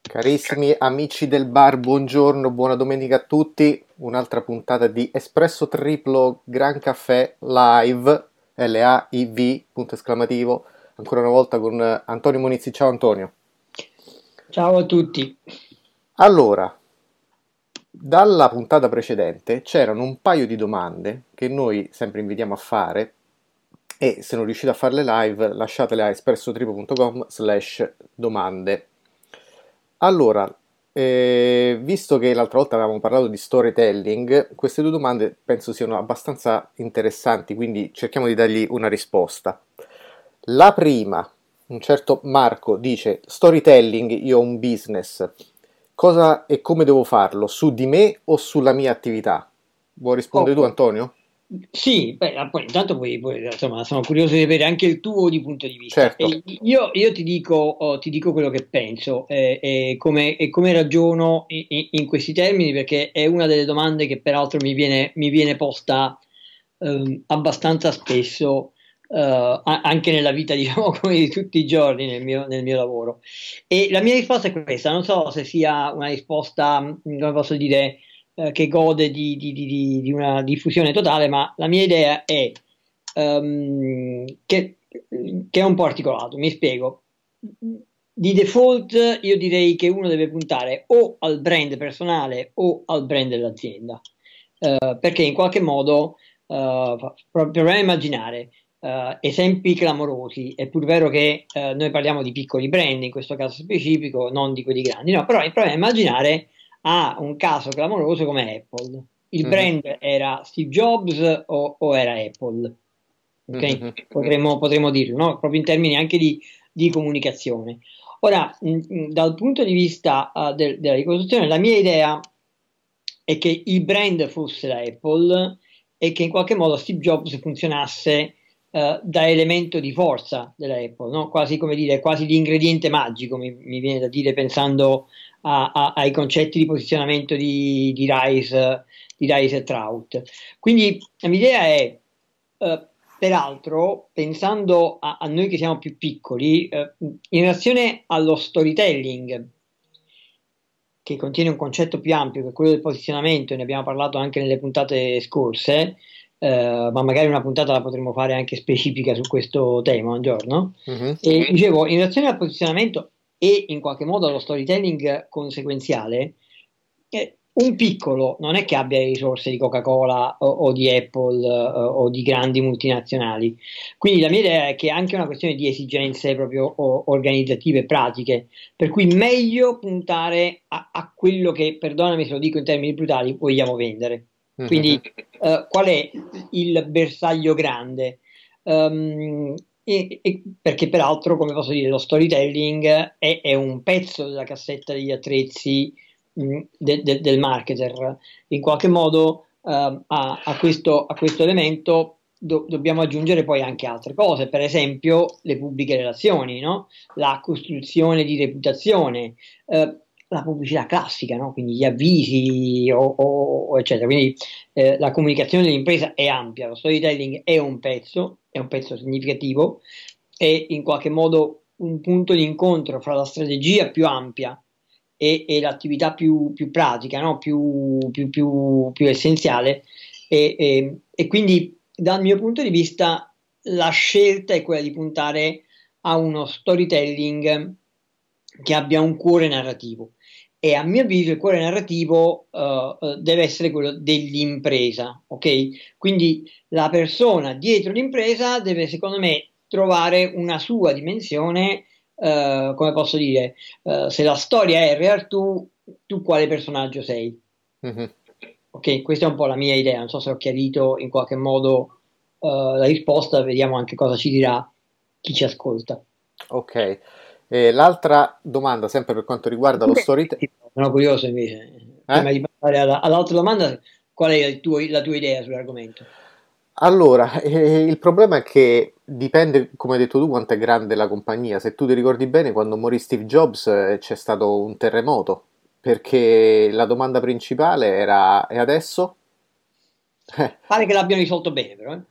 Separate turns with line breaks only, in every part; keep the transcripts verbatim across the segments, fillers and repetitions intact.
Carissimi amici del bar, buongiorno, buona domenica a tutti. Un'altra puntata di Espresso Triplo Gran Caffè Live, L A I V, punto esclamativo, ancora una volta con eh, Antonio Monizzi. Ciao Antonio.
Ciao a tutti.
Allora, dalla puntata precedente c'erano un paio di domande che noi sempre invitiamo a fare e se non riuscite a farle live lasciatele a espressotriplo punto com slash domande. Allora, eh, visto che l'altra volta avevamo parlato di storytelling, queste due domande penso siano abbastanza interessanti, quindi cerchiamo di dargli una risposta. La prima, un certo Marco dice: storytelling, io ho un business, cosa e come devo farlo? Su di me o sulla mia attività? Vuoi rispondere tu,
Oh,
Antonio?
sì, beh, ah, poi, intanto poi, poi, insomma, sono curioso di avere anche il tuo di punto di vista.
Certo.
E io, io ti dico, oh, ti dico quello che penso eh, e come, e come ragiono in, in- in questi termini, perché è una delle domande che peraltro mi viene, mi viene posta ehm, abbastanza spesso, eh, a- anche nella vita, diciamo, come di tutti i giorni nel mio, nel mio lavoro. E la mia risposta è questa, non so se sia una risposta, mh, come posso dire, eh, che gode di, di- di- di- di una diffusione totale, ma la mia idea è ehm, che, che è un po' articolato. Mi spiego. Di default io direi che uno deve puntare o al brand personale o al brand dell'azienda. Eh, perché in qualche modo eh, fa- proviamo a immaginare eh, esempi clamorosi. È pur vero che eh, noi parliamo di piccoli brand in questo caso specifico, non di quelli grandi, no, però proviamo a immaginare a un caso clamoroso come Apple. Il
Mhm,
brand era Steve Jobs o, o era Apple?
mhm,
Ok? Potremmo, potremmo dirlo, no? Proprio in termini anche di, di comunicazione. Ora, mh, mh, dal punto di vista uh, del- della ricostruzione, la mia idea è che il brand fosse la Apple e che in qualche modo Steve Jobs funzionasse eh, da elemento di forza della Apple, no? Quasi come dire, quasi l'ingrediente magico, mi, mi viene da dire pensando a- a- ai concetti di posizionamento di, di Rice, di Rice e Trout. Quindi la mia idea è, eh, peraltro, pensando a, a noi che siamo più piccoli, eh, in relazione allo storytelling, che contiene un concetto più ampio che è quello del posizionamento, e ne abbiamo parlato anche nelle puntate scorse, eh, ma magari una puntata la potremmo fare anche specifica su questo tema un giorno.
mhm.
E dicevo, in relazione al posizionamento e in qualche modo allo storytelling conseguenziale, eh, un piccolo non è che abbia le risorse di Coca-Cola o, o di Apple, eh, o di grandi multinazionali. Quindi la mia idea è che è anche una questione di esigenze proprio o- organizzative e pratiche, per cui meglio puntare a, a quello che, perdonami se lo dico in termini brutali, vogliamo vendere. Quindi,
Mhm.
eh, qual è il bersaglio grande? Ehm, e- e- perché peraltro, come posso dire, lo storytelling è, è un pezzo della cassetta degli attrezzi mh, de- de- del marketer. In qualche modo ehm, a, a questo, a questo elemento do- dobbiamo aggiungere poi anche altre cose, per esempio le pubbliche relazioni, no? La costruzione di reputazione, eh, la pubblicità classica, no? Quindi gli avvisi o, o- o eccetera. Quindi eh, la comunicazione dell'impresa è ampia, lo storytelling è un pezzo, è un pezzo significativo, è in qualche modo un punto di incontro fra la strategia più ampia e, e l'attività più, più pratica, no? Più, più- più- più essenziale. E, e- e quindi dal mio punto di vista la scelta è quella di puntare a uno storytelling che abbia un cuore narrativo. E a mio avviso il cuore narrativo eh, eh, deve essere quello dell'impresa, ok? Quindi la persona dietro l'impresa deve, secondo me, trovare una sua dimensione, eh, come posso dire, eh, se la storia è Real tu, tu quale personaggio sei?
Mhm.
Ok, questa è un po' la mia idea, non so se ho chiarito in qualche modo eh, la risposta, vediamo anche cosa ci dirà chi ci ascolta.
Ok. E l'altra domanda, sempre per quanto riguarda lo
Comunque,
storytelling.
sì, sono curioso invece,
Eh?
prima di passare alla- all'altra domanda, qual è il tuo- la tua idea sull'argomento?
Allora, eh, il problema è che dipende, come hai detto tu, quanto è grande la compagnia. Se tu ti ricordi bene, quando morì Steve Jobs, eh, c'è stato un terremoto, perché la domanda principale era: e adesso?
Pare che l'abbiano risolto bene, però. Eh.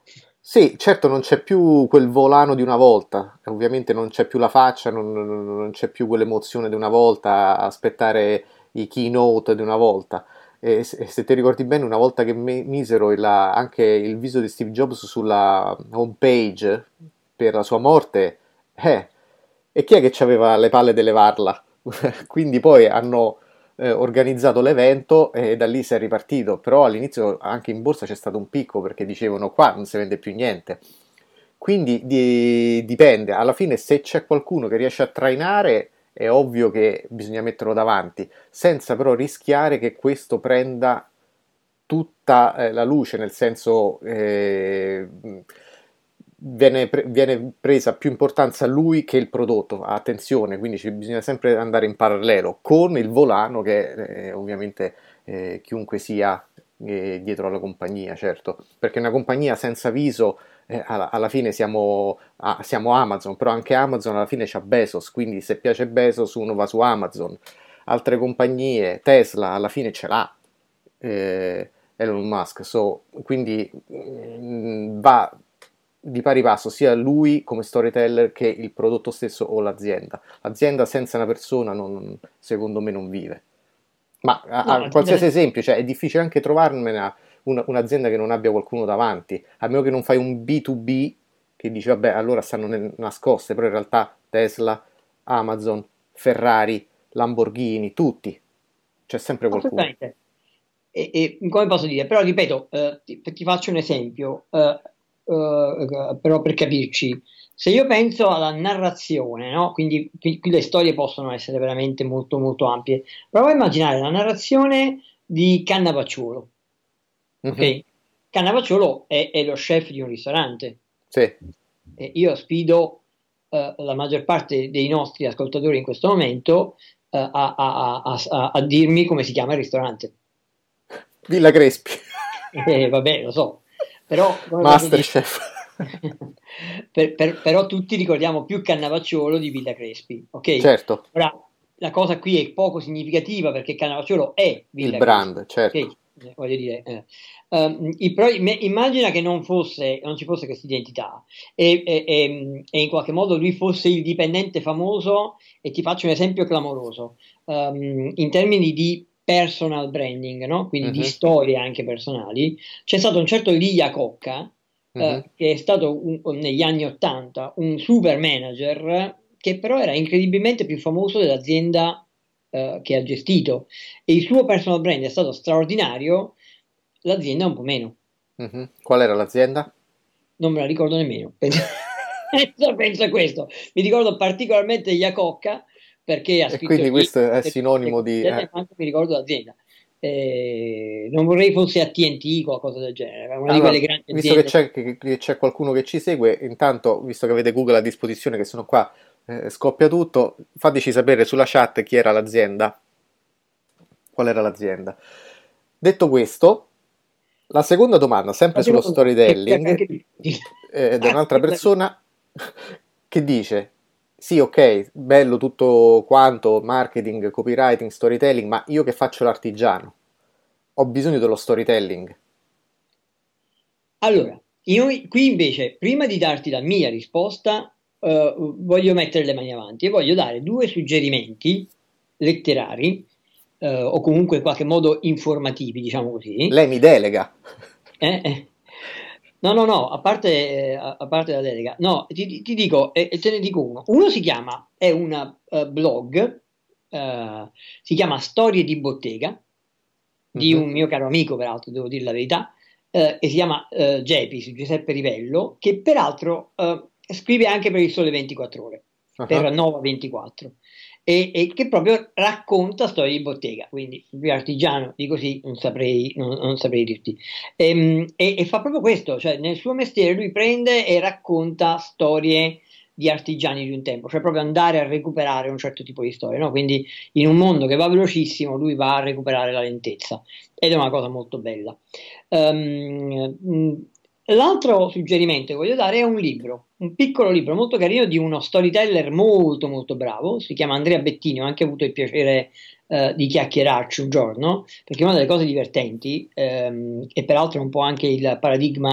Sì, certo non c'è più quel volano di una volta, ovviamente non c'è più la faccia, non, non- non c'è più quell'emozione di una volta, aspettare i keynote di una volta. E se, se ti ricordi bene, una volta che mi- misero il- anche il viso di Steve Jobs sulla home page per la sua morte, eh, e chi è che c'aveva le palle di levarla? Quindi poi hanno eh, organizzato l'evento e da lì si è ripartito, però all'inizio anche in borsa c'è stato un picco perché dicevano qua non si vende più niente. Quindi di- dipende, alla fine se c'è qualcuno che riesce a trainare è ovvio che bisogna metterlo davanti, senza però rischiare che questo prenda tutta eh, la luce, nel senso eh, viene, pre- viene presa più importanza a lui che il prodotto. Attenzione, quindi ci bisogna sempre andare in parallelo con il volano che eh, ovviamente eh, chiunque sia eh, dietro alla compagnia, certo, perché una compagnia senza viso eh, alla, alla fine siamo, ah, siamo Amazon, però anche Amazon alla fine c'ha Bezos, quindi se piace Bezos uno va su Amazon. Altre compagnie, Tesla alla fine ce l'ha eh, Elon Musk, so, quindi mh, va di pari passo sia lui come storyteller che il prodotto stesso o l'azienda. L'azienda senza una persona non- secondo me non vive. Ma a,
No,
a
l'azienda
qualsiasi esempio, cioè è difficile anche trovarmene una- un'azienda che non abbia qualcuno davanti, a meno che non fai un B due B che dici vabbè allora stanno nel- nascoste, però in realtà Tesla, Amazon, Ferrari, Lamborghini, tutti, c'è sempre qualcuno.
assolutamente. E, e come posso dire? Però ripeto, eh, ti, ti faccio un esempio, eh, eh, però per capirci, se io penso alla narrazione, no? Quindi qui, qui le storie possono essere veramente molto molto ampie. Prova a immaginare la narrazione di Cannavacciuolo,
Mhm,
ok? Cannavacciuolo è, è lo chef di un ristorante.
sì.
E io sfido eh, la maggior parte dei nostri ascoltatori in questo momento eh, a, a- a- a- a dirmi come si chiama il ristorante.
Villa Crespi,
Eh, vabbè, lo so, però come posso dire,
Masterchef.
per- per- però tutti ricordiamo più Cannavacciuolo di Villa Crespi, ok?
Certo,
Ora, la cosa qui è poco significativa perché Cannavacciuolo è
il
Villa Crespi,
brand,
ok?
certo.
Eh, Voglio dire, eh. Ehm, il pro- imm- immagina che non fosse, non ci fosse questa identità e, e- e- e in qualche modo lui fosse il dipendente famoso e ti faccio un esempio clamoroso. Ehm, in termini di personal branding, no? Quindi di
Mhm,
storie anche personali, c'è stato un certo Lia Cocca,
mhm.
eh, che è stato un- negli anni Ottanta un super manager che però era incredibilmente più famoso dell'azienda eh, che ha gestito e il suo personal brand è stato straordinario, l'azienda un po' meno.
Mhm. Qual era l'azienda?
Non me la ricordo nemmeno. Penso, penso penso a questo. Mi ricordo particolarmente Iacocca perché ha
E
scritto
quindi
libri,
questo è
e
sinonimo
cose
di...
del genere,
eh.
ma anche mi ricordo l'azienda. Eh, non vorrei fosse A T and T o qualcosa del genere, era una di quelle
Allora,
grandi
visto che
aziende.
c'è, che- che c'è qualcuno che ci segue, intanto, visto che avete Google a disposizione, che sono qua, eh, scoppia tutto, fateci sapere sulla chat chi era l'azienda. Qual era l'azienda? Detto questo, la seconda domanda, sempre
La
sullo
seconda domanda, che mi piace
storytelling,
anche di più.
eh, da
Ah,
un'altra
quella di-
persona che dice: Sì, ok, bello tutto quanto, marketing, copywriting, storytelling, ma io che faccio l'artigiano, ho bisogno dello storytelling.
Allora, io qui invece, prima di darti la mia risposta, eh, voglio mettere le mani avanti e voglio dare due suggerimenti letterari, eh, o comunque in qualche modo informativi, diciamo così.
Lei mi delega.
Eh, eh. No, no, no, a parte, eh, a, a parte la delega, no, ti, ti dico, e e te ne dico uno. Uno si chiama, è un blog, eh, si chiama Storie di Bottega, di
Mhm,
un mio caro amico, peraltro, devo dire la verità, eh, e si chiama eh, Gepis, Giuseppe Rivello, che peraltro eh, scrive anche per il Sole ventiquattro Ore, per
aha.
Nova ventiquattro, e, e che proprio racconta storie di bottega, quindi più artigiano di così non saprei, non, non saprei dirti. Ehm, E, e fa proprio questo, cioè nel suo mestiere lui prende e racconta storie di artigiani di un tempo, cioè proprio andare a recuperare un certo tipo di storia, no? Quindi in un mondo che va velocissimo, lui va a recuperare la lentezza ed è una cosa molto bella. Ehm, mh, L'altro suggerimento che voglio dare è un libro, un piccolo libro molto carino di uno storyteller molto molto bravo, si chiama Andrea Bettini, ho anche avuto il piacere eh, di chiacchierarci un giorno, perché una delle cose divertenti, ehm, e peraltro è un po' anche il paradigma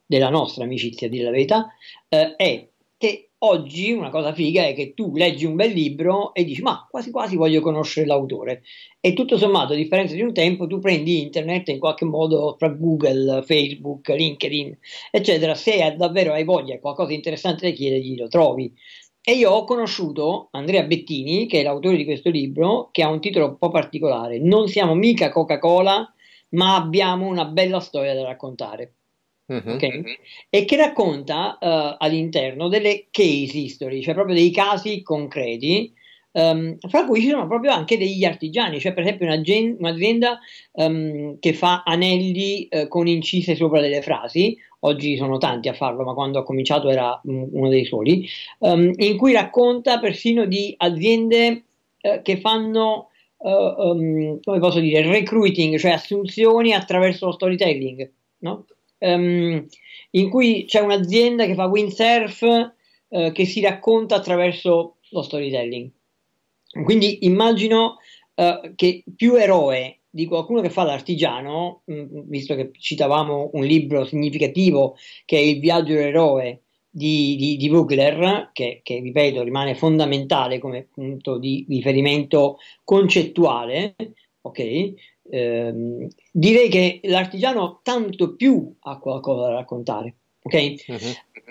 della nostra amicizia, a dire la verità, eh, è che oggi una cosa figa è che tu leggi un bel libro e dici ma quasi quasi voglio conoscere l'autore, e tutto sommato, a differenza di un tempo, tu prendi internet e in qualche modo tra Google, Facebook, LinkedIn, eccetera, se davvero hai voglia di qualcosa di interessante da chiedergli, lo trovi. E io ho conosciuto Andrea Bettini, che è l'autore di questo libro, che ha un titolo un po' particolare: Non siamo mica Coca-Cola, ma abbiamo una bella storia da raccontare.
Mhm.
Okay? E che racconta uh, all'interno delle case history, cioè proprio dei casi concreti, um, fra cui ci sono proprio anche degli artigiani, cioè per esempio un'azienda um, che fa anelli uh, con incise sopra delle frasi. Oggi sono tanti a farlo, ma quando ho cominciato era um, uno dei soli, um, in cui racconta persino di aziende uh, che fanno, uh, um, come posso dire, recruiting, cioè assunzioni attraverso lo storytelling, no? Um, in cui c'è un'azienda che fa windsurf uh, che si racconta attraverso lo storytelling. Quindi immagino uh, che più eroe di qualcuno che fa l'artigiano, mh, visto che citavamo un libro significativo che è Il viaggio dell'eroe di, di, di Vogler, che, che ripeto rimane fondamentale come punto di riferimento concettuale, ok? Ehm, direi che l'artigiano tanto più ha qualcosa da raccontare, ok?
Mhm.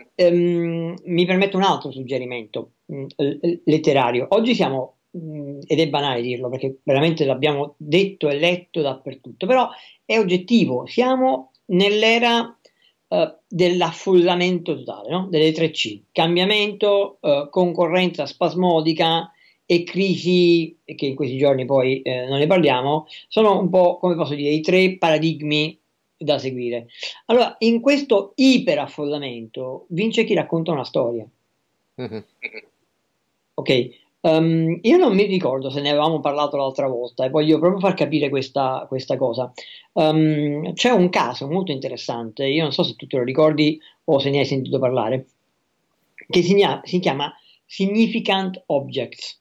Ehm, mi permetto un altro suggerimento mh, l- letterario. Oggi siamo, mh, ed è banale dirlo perché veramente l'abbiamo detto e letto dappertutto, però è oggettivo, siamo nell'era eh, dell'affollamento totale, no? Delle tre C: cambiamento, eh, concorrenza spasmodica e crisi, che in questi giorni poi eh, non ne parliamo, sono un po', come posso dire, i tre paradigmi da seguire. Allora, in questo iperaffollamento vince chi racconta una storia.
Mhm.
Ok, um, io non mi ricordo se ne avevamo parlato l'altra volta e voglio proprio far capire questa, questa cosa. Um, c'è un caso molto interessante, io non so se tu te lo ricordi o se ne hai sentito parlare, che si, si chiama Significant Objects.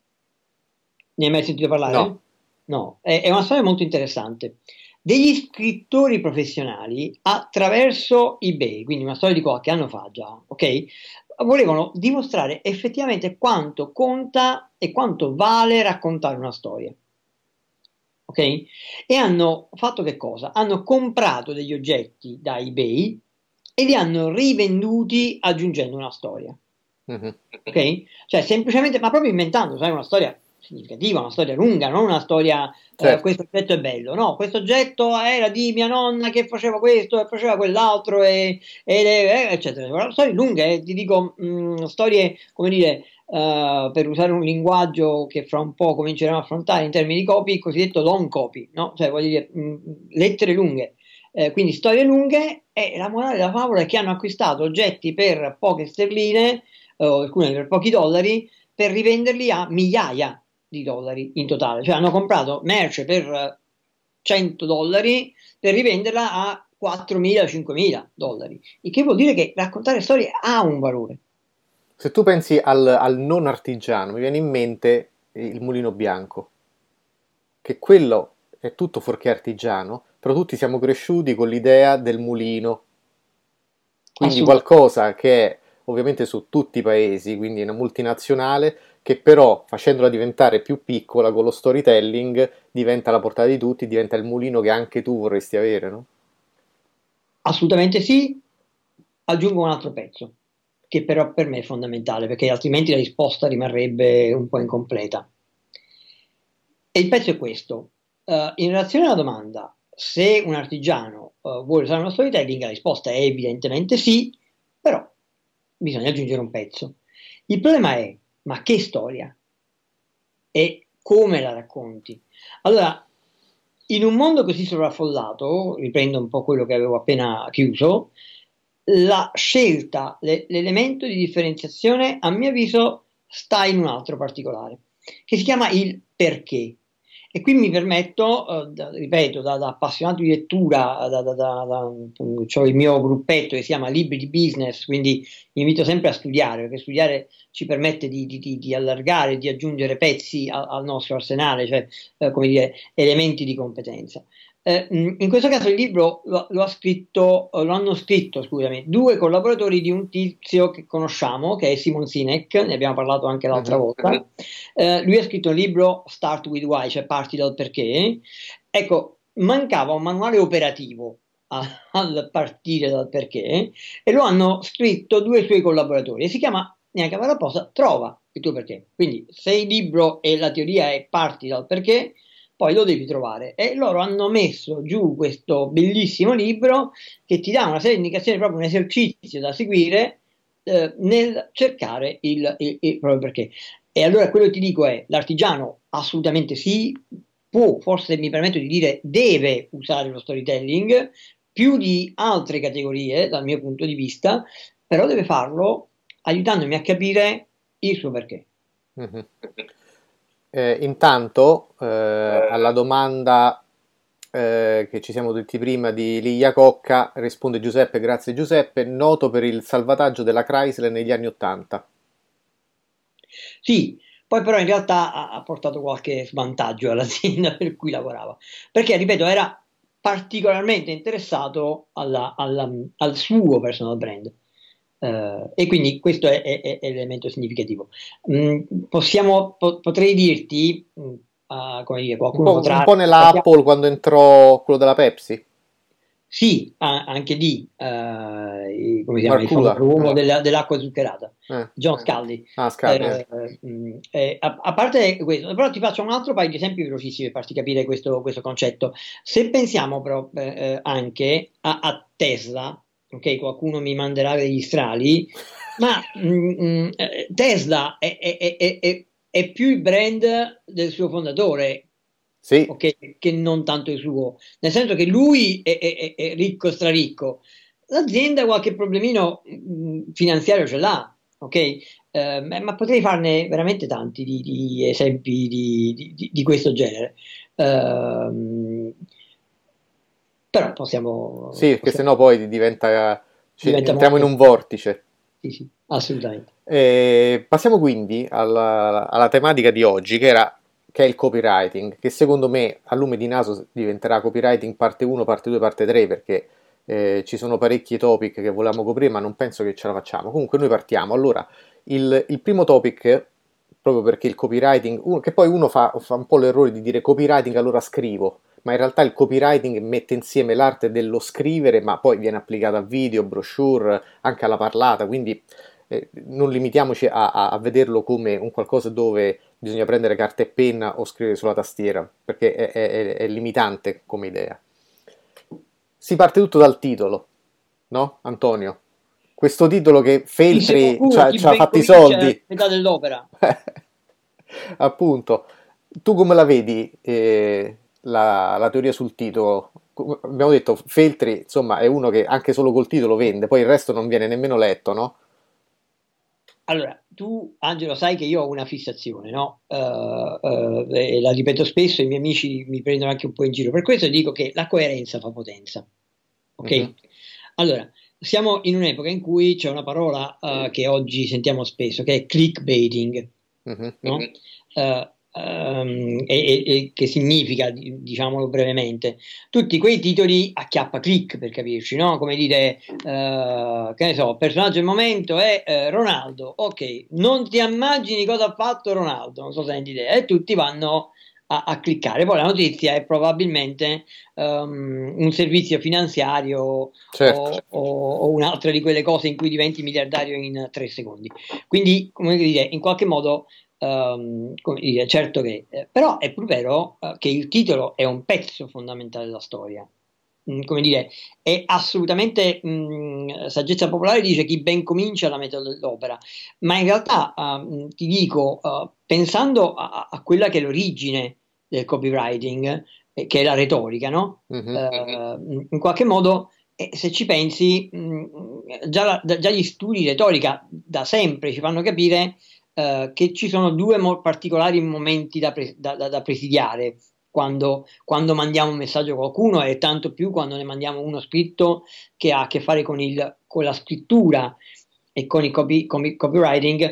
Ne hai mai sentito parlare?
No.
No, è, è una storia molto interessante. Degli scrittori professionali attraverso eBay, quindi una storia di qualche anno fa già, ok? Volevano dimostrare effettivamente quanto conta e quanto vale raccontare una storia. Ok? E hanno fatto che cosa? Hanno comprato degli oggetti da eBay e li hanno rivenduti aggiungendo una storia.
Mhm.
Ok? Cioè semplicemente, ma proprio inventando, sai, una storia significativa, una storia lunga, non una storia, eh,
Certo.
questo oggetto è bello, no, questo oggetto era di mia nonna che faceva questo e faceva quell'altro, e, e le- eh, eccetera. Storie lunghe, eh, ti dico, mh, storie, come dire, eh, per usare un linguaggio che fra un po' cominceremo a affrontare in termini di copy, il cosiddetto long copy, no? Cioè, voglio dire, mh, lettere lunghe. Eh, quindi storie lunghe, e la morale della favola è che hanno acquistato oggetti per poche sterline, o alcune per pochi dollari, per rivenderli a migliaia di dollari in totale. Cioè hanno comprato merce per cento dollari per rivenderla a quattromila-cinquemila dollari, il che vuol dire che raccontare storie ha un valore.
Se tu pensi al, al non artigiano, mi viene in mente il mulino bianco, che quello è tutto fuorché artigiano, però tutti siamo cresciuti con l'idea del mulino, quindi
Assolutamente.
qualcosa che è ovviamente su tutti i paesi, quindi una multinazionale, che però facendola diventare più piccola con lo storytelling diventa la portata di tutti, diventa il mulino che anche tu vorresti avere, no?
Assolutamente sì. Aggiungo un altro pezzo, che però per me è fondamentale, perché altrimenti la risposta rimarrebbe un po' incompleta. E il pezzo è questo. Eh, in relazione alla domanda se un artigiano eh, vuole usare uno storytelling, la risposta è evidentemente sì, però bisogna aggiungere un pezzo. Il problema è, ma che storia? E come la racconti? Allora, in un mondo così sovraffollato, riprendo un po' quello che avevo appena chiuso, la scelta, le- l'elemento di differenziazione, a mio avviso, sta in un altro particolare, che si chiama il perché. E qui mi permetto, eh, da- ripeto, da, da appassionato di lettura, da, da, da, da- c'ho il mio gruppetto che si chiama Libri di Business, quindi mi invito sempre a studiare, perché studiare ci permette di, di- di- di allargare, di aggiungere pezzi al, al nostro arsenale, cioè, eh, come dire, elementi di competenza. Eh, mh, in questo caso il libro lo, lo ha scritto, eh, lo hanno scritto, scusami, due collaboratori di un tizio che conosciamo, che è Simon Sinek, ne abbiamo parlato anche l'altra
Mhm.
volta. Eh, lui ha scritto un libro, Start with Why, cioè parti dal perché. Ecco, mancava un manuale operativo a- al partire dal perché, e lo hanno scritto due suoi collaboratori, e si chiama, neanche a apposta, Trova il tuo perché. Quindi se il libro e la teoria è parti dal perché, poi lo devi trovare. E loro hanno messo giù questo bellissimo libro che ti dà una serie di indicazioni, proprio un esercizio da seguire eh, nel cercare il, il, il proprio perché. E allora quello che ti dico è, l'artigiano assolutamente sì, può, forse mi permetto di dire, deve usare lo storytelling più di altre categorie dal mio punto di vista, però deve farlo aiutandomi a capire il suo perché.
Mhm. Eh, intanto, eh, alla domanda eh, che ci siamo detti prima di Liglia Cocca, risponde Giuseppe, grazie Giuseppe, noto per il salvataggio della Chrysler negli anni Ottanta.
Sì, poi però in realtà ha, ha portato qualche svantaggio all'azienda per cui lavorava, perché, ripeto, era particolarmente interessato alla- alla- al suo personal brand. Eh, e quindi questo è, è- è- è l'elemento significativo. Mm, possiamo, po- potrei dirti, mm, ah, come dire,
Un
qualcuno
po', un
potrà...
po' nella Apple quando entrò quello della Pepsi,
Sì, a- anche lì, eh, i- come si chiama, il famoso
Marcula.
uomo
Eh,
della- dell'acqua zuccherata,
eh.
John Scaldi.
Ah, Scardi. Eh.
Eh, mh, eh, a, a parte questo, però ti faccio un altro paio di esempi velocissimi per farti capire questo, questo concetto. Se pensiamo però eh, eh, anche a, a Tesla, ok, qualcuno mi manderà degli strali, ma mh, mh, eh, Tesla è, è- è- è- è- è più il brand del suo fondatore,
Sì,
ok, che non tanto il suo, nel senso che lui è, è- è ricco, straricco, l'azienda qualche problemino mh, finanziario ce l'ha, ok? Eh, ma ma potrei farne veramente tanti di, di esempi di, di- di- di questo genere. Ehm, però possiamo,
sì, perché
possiamo
sennò poi diventa, ci-
diventa
entriamo in
molto.
un vortice.
Sì, sì, assolutamente.
E passiamo quindi alla, alla tematica di oggi, che era, che è il copywriting, che secondo me a lume di naso diventerà copywriting parte uno, parte due, parte tre, perché eh, ci sono parecchi topic che volevamo coprire, ma non penso che ce la facciamo. Comunque noi partiamo. Allora, il, il primo topic, proprio perché il copywriting, uno- che poi uno fa, fa un po' l'errore di dire copywriting, allora scrivo, ma in realtà il copywriting mette insieme l'arte dello scrivere, ma poi viene applicata a video, brochure, anche alla parlata, quindi eh, non limitiamoci a, a- a vederlo come un qualcosa dove bisogna prendere carta e penna o scrivere sulla tastiera, perché è, è- è limitante come idea. Si parte tutto dal titolo, no, Antonio? Questo titolo che
Disse
Feltri ci
qualcuno,
ha,
chi
ci ha
ben
fatti i
comincia è a
soldi.
metà dell'opera.
Appunto, tu come la vedi eh, la, la teoria sul titolo? Come abbiamo detto, Feltri, insomma, è uno che anche solo col titolo vende, poi il resto non viene nemmeno letto, no?
Allora, tu, Angelo, sai che io ho una fissazione, no? Eh, eh, e la ripeto spesso, i miei amici mi prendono anche un po' in giro. Per questo dico che la coerenza fa potenza.
Mhm,
Ok? Allora, siamo in un'epoca in cui c'è una parola eh, che oggi sentiamo spesso, che è clickbaiting,
mhm.
no? Eh, ehm, e, e- e che significa, di- diciamolo brevemente, tutti quei titoli a chiappa click, per capirci, no? Come dire, eh, che ne so, personaggio del momento è eh, Ronaldo, ok, non ti immagini cosa ha fatto Ronaldo, non so se hai idea, e tutti vanno a, a cliccare. Poi la notizia è probabilmente ehm, un servizio finanziario o,
Certo.
o- o un'altra di quelle cose in cui diventi miliardario in tre secondi. Quindi, come dire, in qualche modo, ehm, come dire, certo che, eh, però è pur vero eh, che il titolo è un pezzo fondamentale della storia. Mm, come dire, è assolutamente, mm, saggezza popolare dice chi ben comincia la metà dell'opera, ma in realtà, ehm, ti dico, eh, pensando a, a quella che è l'origine del copywriting, eh, che è la retorica, no?
Mhm.
Eh, in qualche modo, eh, se ci pensi, mh, già, la- già gli studi di retorica da sempre ci fanno capire eh, che ci sono due mo- particolari momenti da, pre- da- da- da presidiare quando, quando mandiamo un messaggio a qualcuno, e tanto più quando ne mandiamo uno scritto che ha a che fare con, il- con la scrittura e con il copy- con il copywriting.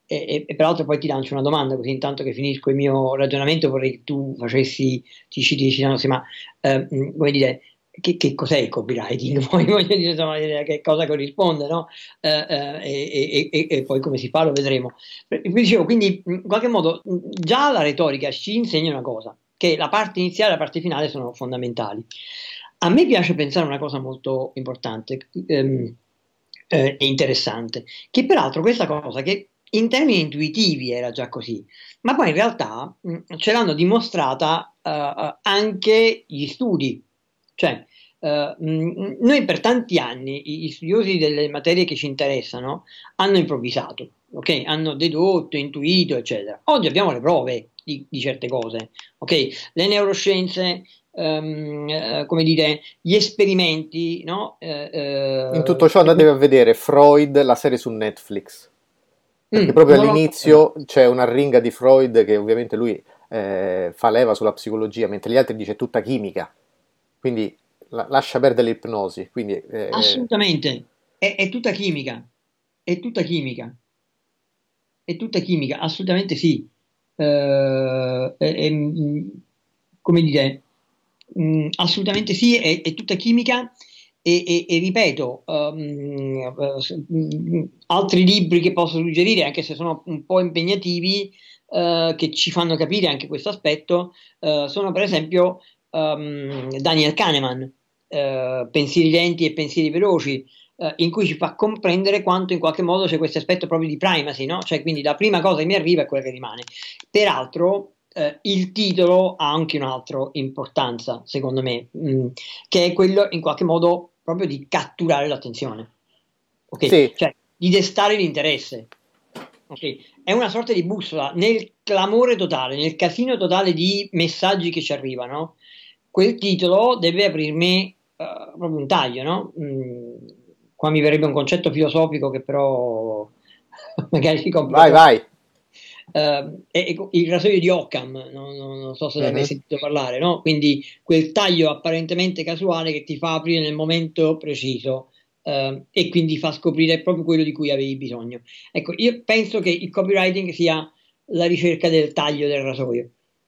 e, e peraltro poi ti lancio una domanda, così intanto che finisco il mio ragionamento vorrei che tu facessi, ti ci dici, no, sì, ma eh, mh, come dire, che, che cos'è il copywriting? Poi voglio dire, insomma, a che cosa corrisponde, no? Eh, eh, e, e- e- e poi come si fa lo vedremo. Eh, vi dicevo, quindi mh, in qualche modo mh, già la retorica ci insegna una cosa, che la parte iniziale e la parte finale sono fondamentali. A me piace pensare una cosa molto importante ehm, eh, e interessante, che peraltro questa cosa che in termini intuitivi era già così, ma poi in realtà mh, ce l'hanno dimostrata eh, anche gli studi. Cioè, eh, mh, noi per tanti anni, gli studiosi delle materie che ci interessano, hanno improvvisato, ok? Hanno dedotto, intuito, eccetera. Oggi abbiamo le prove di, di certe cose, ok? Le neuroscienze, ehm, eh, come dire, gli esperimenti, no? Eh,
In
eh,
tutto ciò andatevi a vedere Freud, la serie su Netflix, perché
mm,
proprio
non l'ho ancora.
all'inizio c'è una ringa di Freud che ovviamente lui eh, fa leva sulla psicologia, mentre gli altri dice tutta chimica, quindi la- lascia perdere l'ipnosi. Quindi, eh,
Assolutamente, è, è tutta chimica, è tutta chimica, è tutta chimica, assolutamente sì. Eh, è- è, mm, come dire, mm, assolutamente sì, è, è tutta chimica e, e- e ripeto, ehm, eh, s- mm, altri libri che posso suggerire, anche se sono un po' impegnativi, eh, che ci fanno capire anche questo aspetto, eh, sono per esempio ehm, Daniel Kahneman, eh, Pensieri lenti e pensieri veloci, eh, in cui ci fa comprendere quanto in qualche modo c'è questo aspetto proprio di primacy, no? Cioè, quindi la prima cosa che mi arriva è quella che rimane. Peraltro, eh, il titolo ha anche un'altra importanza, secondo me, mh, che è quello in qualche modo proprio di catturare l'attenzione,
sì,
ok? Cioè, di destare l'interesse. Ok? È una sorta di bussola nel clamore totale, nel casino totale di messaggi che ci arrivano. Quel titolo deve aprirmi eh, proprio un taglio, no? Mm, qua mi verrebbe un concetto filosofico che però magari si complica
vai,
troppo.
vai.
Eh, è- è il rasoio di Occam, non, non- non so se l'hai mai
Mhm.
sentito parlare, no? Quindi quel taglio apparentemente casuale che ti fa aprire nel momento preciso eh, e quindi fa scoprire proprio quello di cui avevi bisogno. Ecco, io penso che il copywriting sia la ricerca del taglio del rasoio.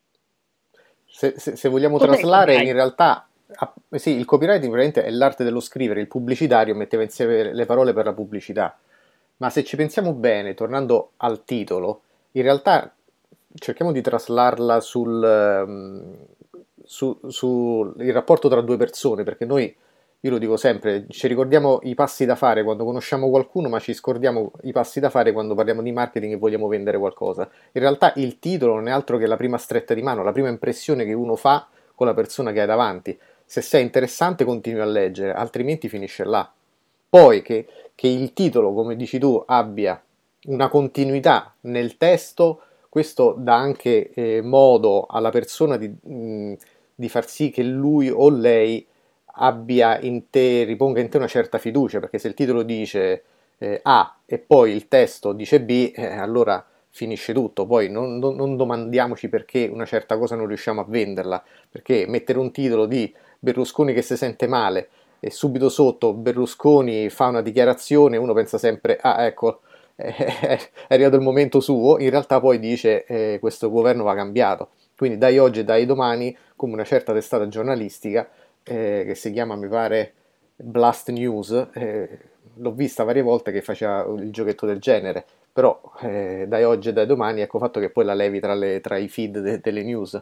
Se, se- se vogliamo
Cos'è il
traslare, in
copywriting?
realtà, ah, sì, il copywriting veramente è l'arte dello scrivere, il pubblicitario metteva insieme le parole per la pubblicità. Ma se ci pensiamo bene, tornando al titolo, in realtà cerchiamo di traslarla sul, ehm, su, su il rapporto tra due persone, perché noi, io lo dico sempre, ci ricordiamo i passi da fare quando conosciamo qualcuno, ma ci scordiamo i passi da fare quando parliamo di marketing e vogliamo vendere qualcosa. In realtà il titolo non è altro che la prima stretta di mano, la prima impressione che uno fa con la persona che hai davanti. Se sei interessante continui a leggere, altrimenti finisce là. Poi che, che il titolo, come dici tu, abbia una continuità nel testo, questo dà anche eh, modo alla persona di, mh, di far sì che lui o lei abbia in te, riponga in te una certa fiducia, perché se il titolo dice eh, A e poi il testo dice B, eh, allora finisce tutto. Poi non, non, non domandiamoci perché una certa cosa non riusciamo a venderla, perché mettere un titolo di Berlusconi che si sente male e subito sotto Berlusconi fa una dichiarazione, uno pensa sempre, ah ecco, è arrivato il momento suo, in realtà poi dice eh, questo governo va cambiato. Quindi dai oggi e dai domani, come una certa testata giornalistica, eh, che si chiama, mi pare, Blast News, eh, l'ho vista varie volte che faceva il giochetto del genere, però eh, dai oggi e dai domani, ecco fatto che poi la levi tra, le, tra i feed de, delle news.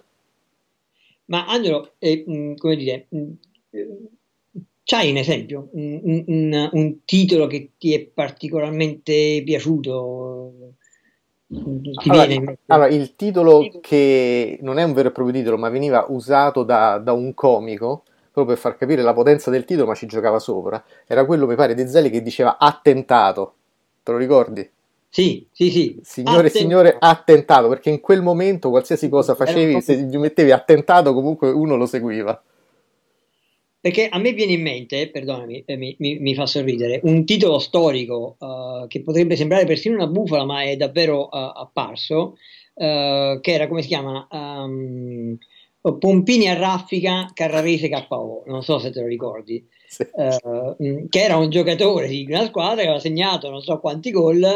Ma Angelo, eh, mh, come dire, mh, eh, c'hai un esempio, un, un- un- un titolo che ti è particolarmente piaciuto? Mh, Ti
Allora,
viene in mente?
allora, il titolo che non è un vero e proprio titolo, ma veniva usato da, da un comico proprio per far capire la potenza del titolo, ma ci giocava sopra. Era quello, mi pare, di Zeli che diceva attentato. Te lo ricordi?
Sì, sì, sì,
Signore e signore,
attentato.
attentato, perché in quel momento qualsiasi cosa
Era un
facevi, se
proprio
gli mettevi attentato, comunque uno lo seguiva.
perché a me viene in mente, perdonami, eh, mi, mi- mi fa sorridere, un titolo storico eh, che potrebbe sembrare persino una bufala, ma è davvero eh, apparso, eh, che era, come si chiama? Ehm, Pompini a raffica, Carrarese K O, non so se te lo ricordi.
Sì.
Eh, mh, che era un giocatore di una squadra che aveva segnato non so quanti gol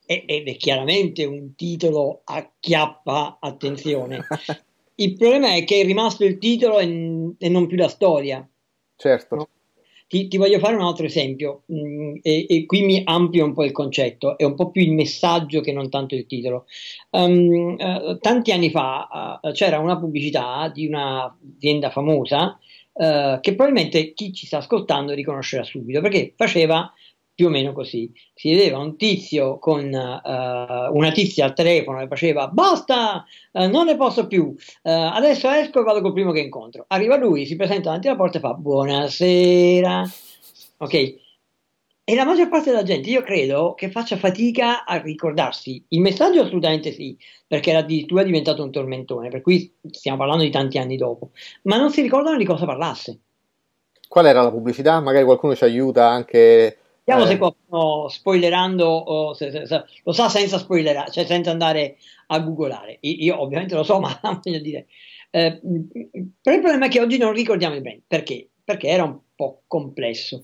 e- ed è chiaramente un titolo a chiappa attenzione. Il problema è che è rimasto il titolo e, e non più la storia,
Certo.
no? Ti, ti voglio fare un altro esempio, mm, e, e qui mi amplio un po' il concetto, è un po' più il messaggio che non tanto il titolo. Um, eh, tanti anni fa eh, c'era una pubblicità di un'azienda famosa eh, che probabilmente chi ci sta ascoltando riconoscerà subito, perché faceva più o meno così. Si vedeva un tizio con eh, una tizia al telefono e faceva basta, eh, non ne posso più, eh, adesso esco e vado col primo che incontro. Arriva lui, si presenta davanti alla porta e fa buonasera, ok? E la maggior parte della gente, io credo, che faccia fatica a ricordarsi. Il messaggio assolutamente sì, perché era addirittura diventato un tormentone, per cui stiamo parlando di tanti anni dopo, ma non si ricordano di cosa parlasse.
Qual era la pubblicità? Magari qualcuno ci aiuta anche...
Vediamo se
eh,
qualcuno spoilerando o se- se- se- lo sa senza spoilerare, cioè senza andare a googolare. Io, io ovviamente lo so, ma voglio dire. Eh, però il problema è che oggi non ricordiamo il brand. Perché? Perché era un po' complesso.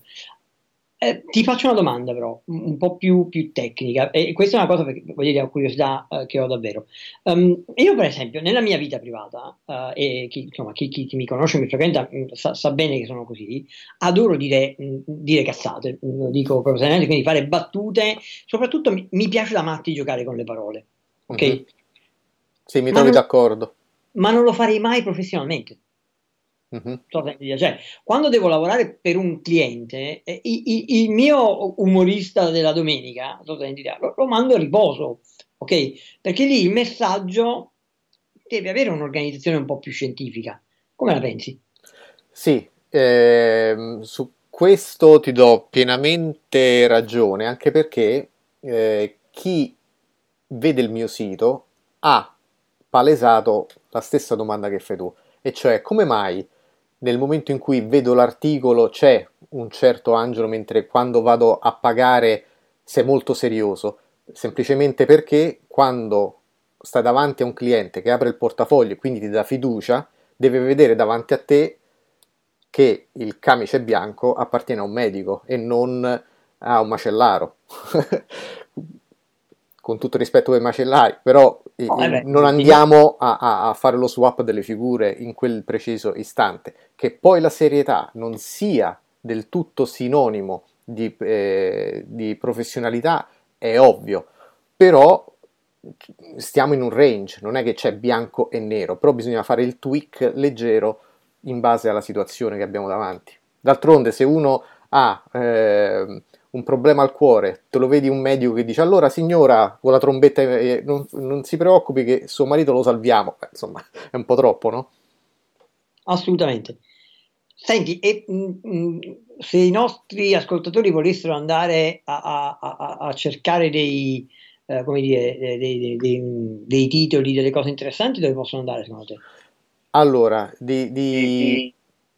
Eh, ti faccio una domanda però, un un po' più, più tecnica, e questa è una cosa perché, voglio dire, una curiosità eh, che ho davvero. Um, io per esempio, nella mia vita privata, eh, e chi, insomma, chi, chi- chi mi conosce, mi frequenta, mh, sa, sa bene che sono così, adoro dire, mh, dire cazzate, mh, lo dico professionalmente, quindi fare battute, soprattutto mi, mi piace da matti giocare con le parole,
mhm.
ok?
Sì, mi
Ma
trovi
non,
d'accordo.
ma non lo farei mai professionalmente.
Mhm.
So se mi dice, cioè, quando devo lavorare per un cliente, eh, i- i- il mio umorista della domenica, so se mi dice, lo, lo mando a riposo, ok? Perché lì il messaggio deve avere un'organizzazione un po' più scientifica. Come la pensi?
Sì, ehm, su questo ti do pienamente ragione, anche perché eh, chi vede il mio sito ha palesato la stessa domanda che fai tu, e cioè come mai nel momento in cui vedo l'articolo c'è un certo angelo, mentre quando vado a pagare sei molto serioso, semplicemente perché quando stai davanti a un cliente che apre il portafoglio e quindi ti dà fiducia, deve vedere davanti a te che il camice bianco appartiene a un medico e non a un macellaro. Con tutto rispetto per i macellari, però eh,
No, eh
eh,
beh,
non
io-
andiamo a, a- a fare lo swap delle figure in quel preciso istante. Che poi la serietà non sia del tutto sinonimo di, eh, di professionalità è ovvio, però stiamo in un range, non è che c'è bianco e nero, però bisogna fare il tweak leggero in base alla situazione che abbiamo davanti. D'altronde, se uno ha eh, un problema al cuore, te lo vedi un medico che dice allora signora con la trombetta, eh, non, non si preoccupi che suo marito lo salviamo, eh, insomma è un po' troppo, no?
assolutamente. Senti, e, mh, mh, se i nostri ascoltatori volessero andare a, a- a- a cercare dei, eh, come dire, dei, dei- dei- dei titoli, delle cose interessanti, dove possono andare secondo te?
Allora, di,
Di,
di-
di-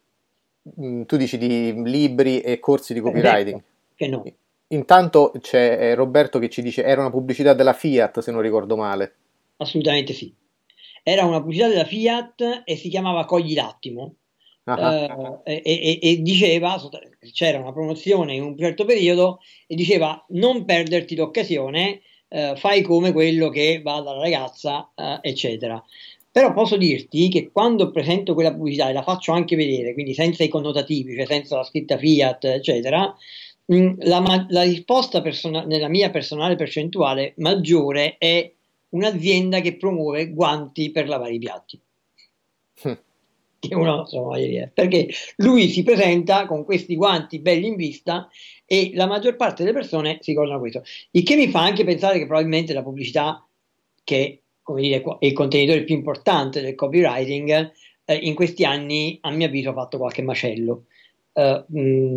mh, tu dici di libri e corsi di
Per esempio,
copywriting.
che no?
Intanto c'è eh, Roberto che ci dice era una pubblicità della Fiat, se non ricordo male.
Assolutamente sì. Era una pubblicità della Fiat e si chiamava Cogli l'attimo.
Ah,
eh, e, e- e diceva, c'era una promozione in un certo periodo e diceva non perderti l'occasione, eh, fai come quello che va dalla ragazza, eh, eccetera. Però posso dirti che quando presento quella pubblicità e la faccio anche vedere, quindi senza i connotativi, cioè senza la scritta Fiat, eccetera, mh, la, ma- la risposta persona- nella mia personale percentuale maggiore è un'azienda che promuove guanti per lavare i piatti.
ah.
Che uno, insomma, voglio dire, perché lui si presenta con questi guanti belli in vista e la maggior parte delle persone si ricordano questo. Il che mi fa anche pensare che probabilmente la pubblicità, che come dire, è il contenitore più importante del copywriting, eh, in questi anni, a mio avviso, ha fatto qualche macello. Eh,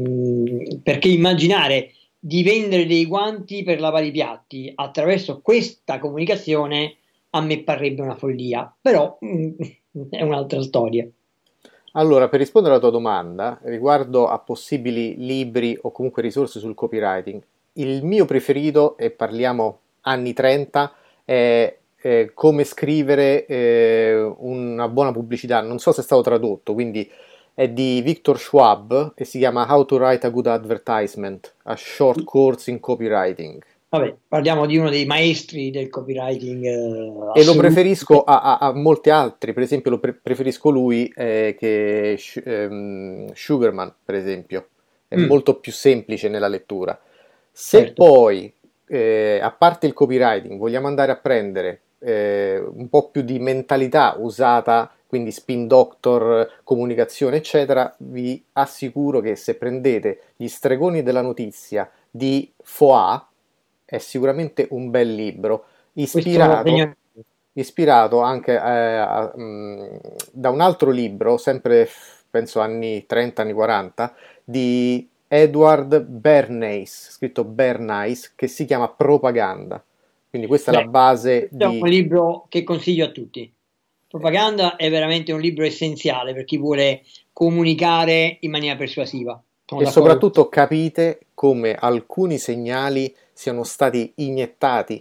mh, perché immaginare di vendere dei guanti per lavare i piatti attraverso questa comunicazione a me parrebbe una follia, però mh, è un'altra storia.
Allora, per rispondere alla tua domanda riguardo a possibili libri o comunque risorse sul copywriting, il mio preferito, e parliamo anni trenta, è eh, Come scrivere eh, una buona pubblicità. Non so se è stato tradotto, quindi è di Victor Schwab e si chiama How to Write a Good Advertisement, a Short Course in Copywriting.
Vabbè, parliamo di uno dei maestri del copywriting eh,
E lo
assoluto.
preferisco a, a- a molti altri, per esempio lo pre- preferisco lui eh, che Sh- ehm, Sugarman, per esempio, è
Mm,
molto più semplice nella lettura. Se
certo.
poi, eh, a parte il copywriting, vogliamo andare a prendere eh, un po' più di mentalità usata, quindi spin doctor, comunicazione, eccetera, vi assicuro che se prendete gli stregoni della notizia di Foà, è sicuramente un bel libro,
Questo lo
ispirato,
segno.
ispirato anche eh, a- mh, da un altro libro, sempre penso anni trenta, anni quaranta, di Edward Bernays, scritto Bernays, che si chiama Propaganda. Quindi questa è la
Beh,
base
questo è un
di...
libro che consiglio a tutti. Propaganda è veramente un libro essenziale per chi vuole comunicare in maniera persuasiva. Sono
E
d'accordo.
soprattutto capite come alcuni segnali siano stati iniettati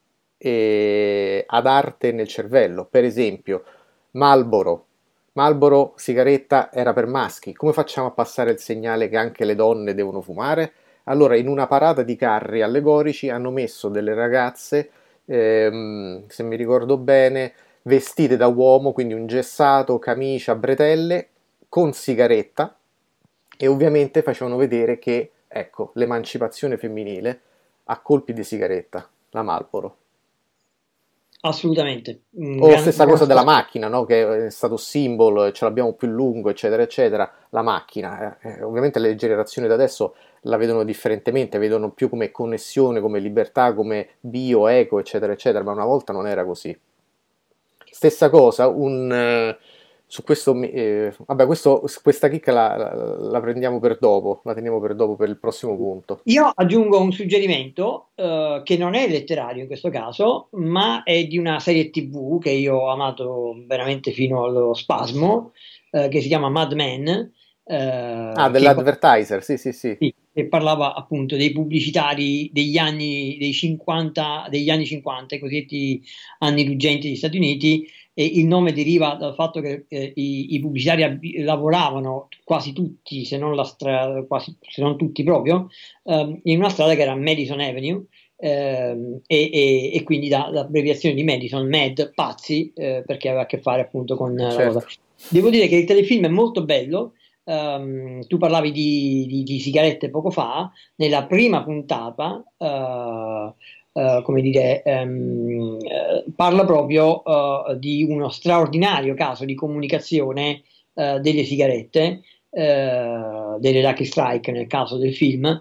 eh, ad arte nel cervello. Per esempio, Marlboro. Marlboro sigaretta era per maschi. Come facciamo a passare il segnale che anche le donne devono fumare? Allora, in una parata di carri allegorici hanno messo delle ragazze, ehm, se mi ricordo bene, vestite da uomo, quindi un gessato, camicia, bretelle, con sigaretta e ovviamente facevano vedere che, ecco, l'emancipazione femminile a colpi di sigaretta, la Marlboro.
Assolutamente. Un
O
gran,
stessa
gran
cosa della
fatto.
macchina, no? Che è stato simbolo, ce l'abbiamo più lungo, eccetera, eccetera. La macchina, eh, eh, ovviamente le generazioni da adesso la vedono differentemente, vedono più come connessione, come libertà, come bio, eco, eccetera, eccetera, ma una volta non era così. Stessa cosa, un, eh, su questo, mi- eh, vabbè, questo, questa chicca la, la- la prendiamo per dopo, la teniamo per dopo per il prossimo punto.
Io aggiungo un suggerimento eh, che non è letterario in questo caso, ma è di una serie T V che io ho amato veramente fino allo spasmo, eh, che si chiama Mad Men,
Ah,
eh, che
dell'advertiser, sì, sì, sì.
sì, e parlava appunto dei pubblicitari degli anni, dei cinquanta, degli anni cinquanta, i cosiddetti anni ruggenti degli Stati Uniti, e il nome deriva dal fatto che eh, i, i pubblicitari abbi- lavoravano quasi tutti, se non, la stra- quasi, se non tutti proprio, ehm, in una strada che era Madison Avenue, ehm, e, e- e quindi da- l'abbreviazione di Madison, Mad, pazzi, eh, perché aveva a che fare appunto con
Eh,
la cosa.
certo.
Devo dire che il telefilm è molto bello. Ehm, tu parlavi di, di- di sigarette poco fa, nella prima puntata, eh, eh, come dire, ehm, eh, parla proprio eh, di uno straordinario caso di comunicazione eh, delle sigarette, eh, delle Lucky Strike nel caso del film,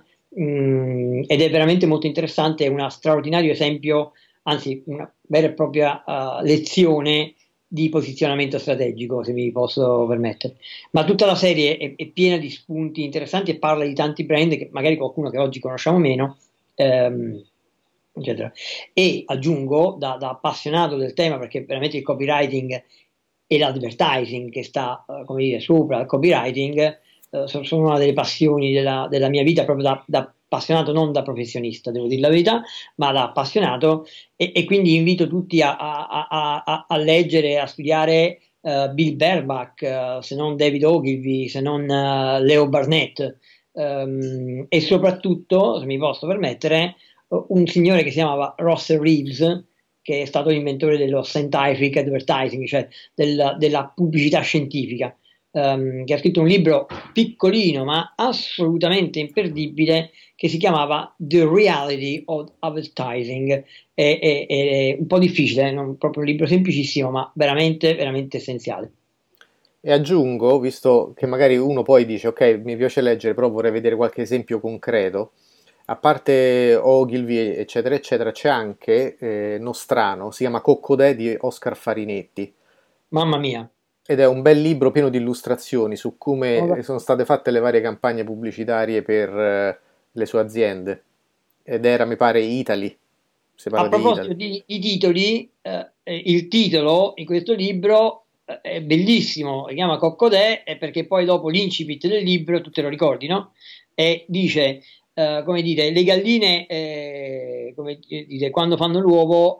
mm, ed è veramente molto interessante, è uno straordinario esempio, anzi una vera e propria eh, lezione di posizionamento strategico, se mi posso permettere. Ma tutta la serie è, è piena di spunti interessanti e parla di tanti brand che magari qualcuno che oggi conosciamo meno, ehm, eccetera. E aggiungo, da, da appassionato del tema, perché veramente il copywriting e l'advertising che sta, eh, come dire, sopra il copywriting, eh, so- sono una delle passioni della, della mia vita, proprio da, da appassionato, non da professionista, devo dire la verità, ma da appassionato, e, e quindi invito tutti a, a- a- a- a leggere, a studiare eh, Bill Berbach, eh, se non David Ogilvy, se non eh, Leo Barnett, ehm, e soprattutto, se mi posso permettere, un signore che si chiamava Ross Reeves, che è stato l'inventore dello scientific advertising, cioè della, della pubblicità scientifica, ehm, che ha scritto un libro piccolino ma assolutamente imperdibile che si chiamava The Reality of Advertising. È, è- è un po' difficile, eh, non proprio un libro semplicissimo, ma veramente, veramente essenziale.
E aggiungo, visto che magari uno poi dice, ok, mi piace leggere, però vorrei vedere qualche esempio concreto, a parte Ogilvy, eccetera, eccetera, c'è anche eh, Nostrano, si chiama Coccodè di Oscar Farinetti,
Mamma mia.
ed è un bel libro pieno di illustrazioni su
Sono
come sono
d'accordo.
state fatte le varie campagne pubblicitarie per eh, le sue aziende. Ed era, mi pare, Italy, si parla
A
di Italy.
proposito di, di titoli, eh, eh, il titolo in questo libro eh, è bellissimo, si chiama Coccodè, è perché poi dopo l'incipit del libro, tu te lo ricordi, no? E dice, eh, come dire, le galline, eh, come dire, quando fanno l'uovo,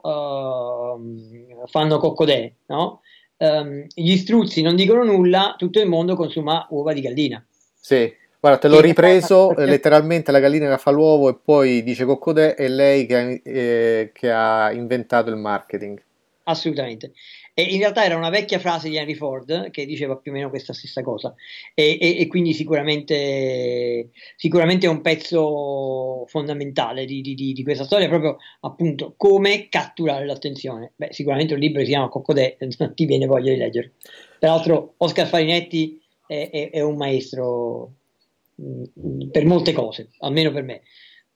ehm, fanno coccodè, no? Ehm, gli struzzi non dicono nulla, tutto il mondo consuma uova di gallina.
Sì, Guarda, te l'ho
che
ripreso, eh, letteralmente la gallina che fa l'uovo e poi dice Coccodè è lei che ha, eh, che ha inventato il marketing.
assolutamente. E in realtà era una vecchia frase di Henry Ford che diceva più o meno questa stessa cosa. E, e- e quindi sicuramente, sicuramente è un pezzo fondamentale di, di- di- di questa storia, proprio appunto come catturare l'attenzione. Beh, sicuramente un libro che si chiama Coccodè, ti viene voglia di leggere. Peraltro, Oscar Farinetti è, è- è un maestro mh, per molte cose, almeno per me.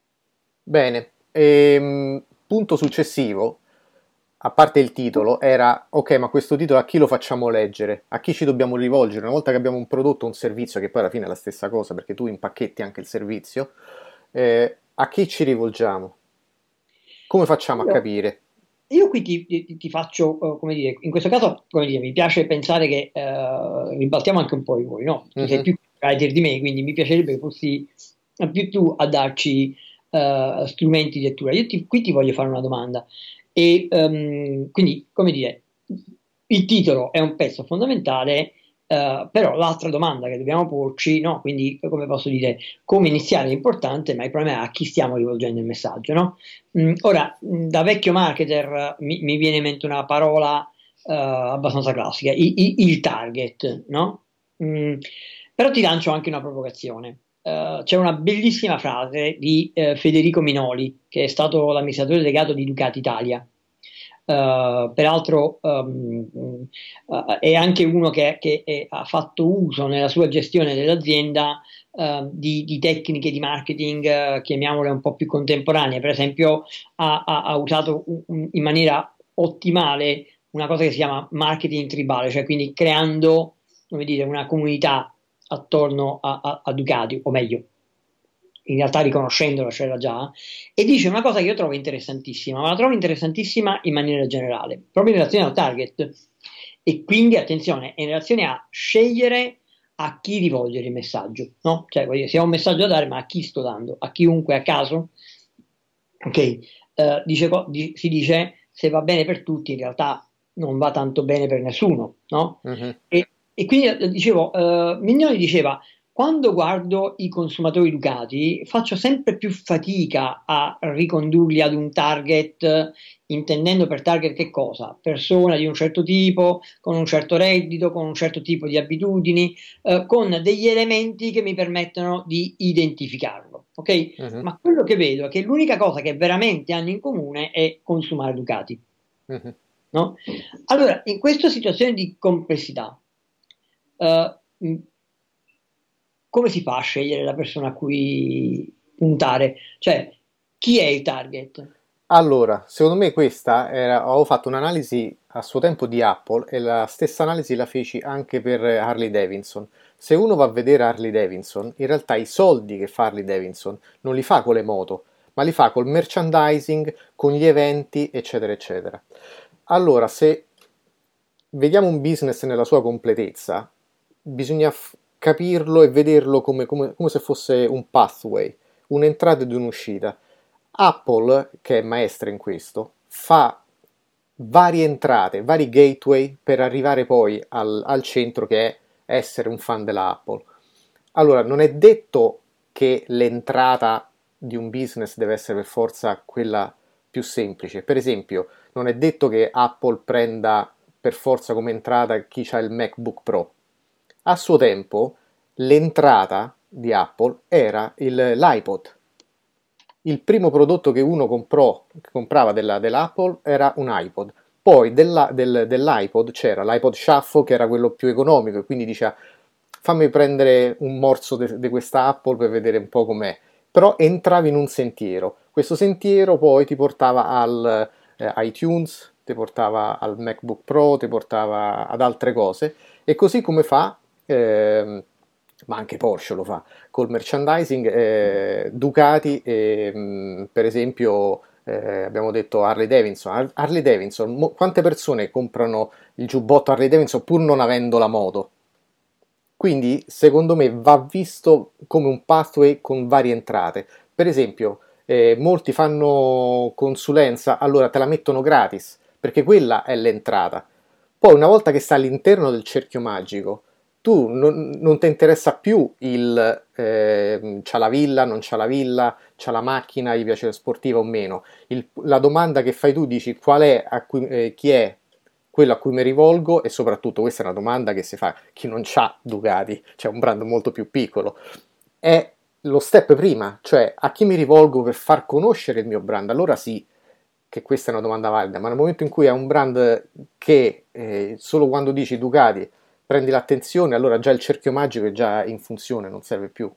Bene, ehm, punto successivo, a parte il titolo, era ok, ma questo titolo a chi lo facciamo leggere? A chi ci dobbiamo rivolgere? Una volta che abbiamo un prodotto, un servizio, che poi alla fine è la stessa cosa perché tu impacchetti anche il servizio, eh, a chi ci rivolgiamo? Come facciamo a
Io,
capire?
io qui ti, ti- ti faccio, eh, come dire, in questo caso, come dire, mi piace pensare che eh, ribaltiamo anche un po' i ruoli, no? Tu sei
Mhm.
più writer di me, quindi mi piacerebbe che fossi più tu a darci eh, strumenti di lettura. Io ti- qui ti voglio fare una domanda. E ehm, quindi, come dire, il titolo è un pezzo fondamentale, eh, però l'altra domanda che dobbiamo porci, no? Quindi, come posso dire, come iniziare è importante, ma il problema è a chi stiamo rivolgendo il messaggio, no? Mm, ora, mm, da vecchio marketer eh, mi, mi viene in mente una parola eh, abbastanza classica, i- i- il target, no? Mm, però ti lancio anche una provocazione. Eh, c'è una bellissima frase di eh, Federico Minoli, che è stato l'amministratore delegato di Ducati Italia. Eh, peraltro ehm, eh, è anche uno che, che è- ha fatto uso nella sua gestione dell'azienda eh, di, di tecniche di marketing, eh, chiamiamole un po' più contemporanee. Per esempio, ha, ha- ha usato un- un- in maniera ottimale una cosa che si chiama marketing tribale, cioè quindi creando, come dire, una comunità attorno a, a- a Ducati, o meglio, in realtà riconoscendola c'era già, e dice una cosa che io trovo interessantissima, ma la trovo interessantissima in maniera generale, proprio in relazione al target. E quindi, attenzione, è in relazione a scegliere a chi rivolgere il messaggio, no? Cioè, voglio dire, se ho un messaggio da dare, ma a chi sto dando? A chiunque a caso? Ok, eh, dice co- di- si dice se va bene per tutti, in realtà non va tanto bene per nessuno, no?
Mhm.
E, e quindi eh, dicevo, eh, Mignoni diceva, quando guardo i consumatori educati, faccio sempre più fatica a ricondurli ad un target, eh, intendendo per target che cosa? Persona di un certo tipo, con un certo reddito, con un certo tipo di abitudini, eh, con degli elementi che mi permettono di identificarlo, ok?
Mhm.
Ma quello che vedo è che l'unica cosa che veramente hanno in comune è consumare Ducati,
Mhm.
no? Allora, in questa situazione di complessità, eh, mh, come si fa a scegliere la persona a cui puntare? Cioè, chi è il target?
Allora, secondo me questa era, avevo fatto un'analisi a suo tempo di Apple e la stessa analisi la feci anche per Harley Davidson. Se uno va a vedere Harley Davidson, in realtà i soldi che fa Harley Davidson non li fa con le moto, ma li fa col merchandising, con gli eventi, eccetera, eccetera. Allora, se vediamo un business nella sua completezza, bisogna f- capirlo e vederlo come, come- come se fosse un pathway, un'entrata ed un'uscita. Apple, che è maestra in questo, fa varie entrate, vari gateway per arrivare poi al, al centro che è essere un fan della Apple. Allora, non è detto che l'entrata di un business deve essere per forza quella più semplice. Per esempio, non è detto che Apple prenda per forza come entrata chi ha il MacBook Pro. A suo tempo, l'entrata di Apple era il, l'iPod. Il primo prodotto che uno comprò, che comprava della, dell'Apple era un iPod. Poi della, del, dell'iPod c'era l'iPod Shuffle che era quello più economico e quindi diceva fammi prendere un morso di questa Apple per vedere un po' com'è. Però entravi in un sentiero. Questo sentiero poi ti portava al eh, iTunes, ti portava al MacBook Pro, ti portava ad altre cose e così come fa, ehm, ma anche Porsche lo fa, col merchandising, eh, Ducati, e, mh, per esempio, eh, abbiamo detto Harley Davidson. Har- Harley Davidson, mo- quante persone comprano il giubbotto Harley Davidson pur non avendo la moto? Quindi, secondo me, va visto come un pathway con varie entrate. Per esempio, eh, molti fanno consulenza, allora te la mettono gratis, perché quella è l'entrata. Poi, una volta che sta all'interno del cerchio magico, tu non, non ti interessa più il eh, c'ha la villa, non c'ha la villa, c'ha la macchina, gli piace la sportiva o meno. Il- la domanda che fai tu dici qual è, a cui, eh, chi è quello a cui mi rivolgo, e soprattutto questa è una domanda che si fa chi non c'ha Ducati, cioè un brand molto più piccolo, è lo step prima, cioè a chi mi rivolgo per far conoscere il mio brand. Allora sì, che questa è una domanda valida, ma nel momento in cui è un brand che eh, solo quando dici Ducati prendi l'attenzione, allora già il cerchio magico è già in funzione, non serve più.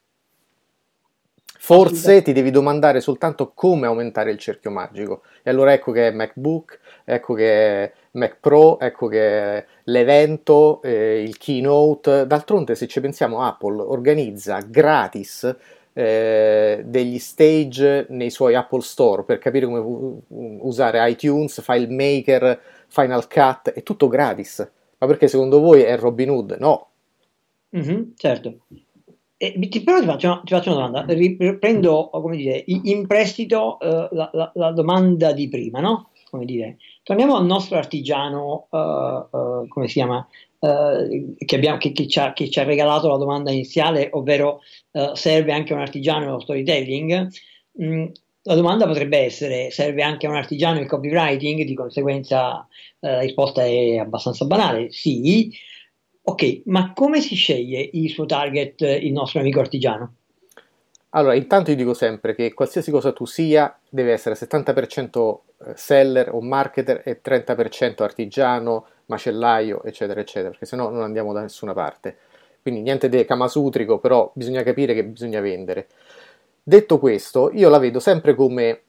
Forse ti devi domandare soltanto come aumentare il cerchio magico. E allora ecco che è MacBook, ecco che è Mac Pro, ecco che è l'evento, eh, il keynote. D'altronde, se ci pensiamo, Apple organizza gratis eh, degli stage nei suoi Apple Store per capire come u- usare iTunes, FileMaker, Final Cut, è tutto gratis. Ma perché secondo voi è Robin Hood? No.
Mhm, certo. E, ti, però ti faccio, ti faccio una domanda, riprendo, come dire, in prestito eh, la, la- la domanda di prima, no? Come dire, torniamo al nostro artigiano, eh, eh, come si chiama, eh, che, abbiamo, che, che ci ha, che ci ha regalato la domanda iniziale, ovvero eh, serve anche un artigiano nello storytelling? Mm, la domanda potrebbe essere, serve anche un artigiano il copywriting? Di conseguenza eh, la risposta è abbastanza banale, sì. Ok, ma come si sceglie il suo target, eh, il nostro amico artigiano?
Allora, intanto io dico sempre che qualsiasi cosa tu sia deve essere settanta per cento seller o marketer e trenta per cento artigiano, macellaio, eccetera, eccetera, perché sennò non andiamo da nessuna parte. Quindi niente di kamasutrico, però bisogna capire che bisogna vendere. Detto questo, io la vedo sempre come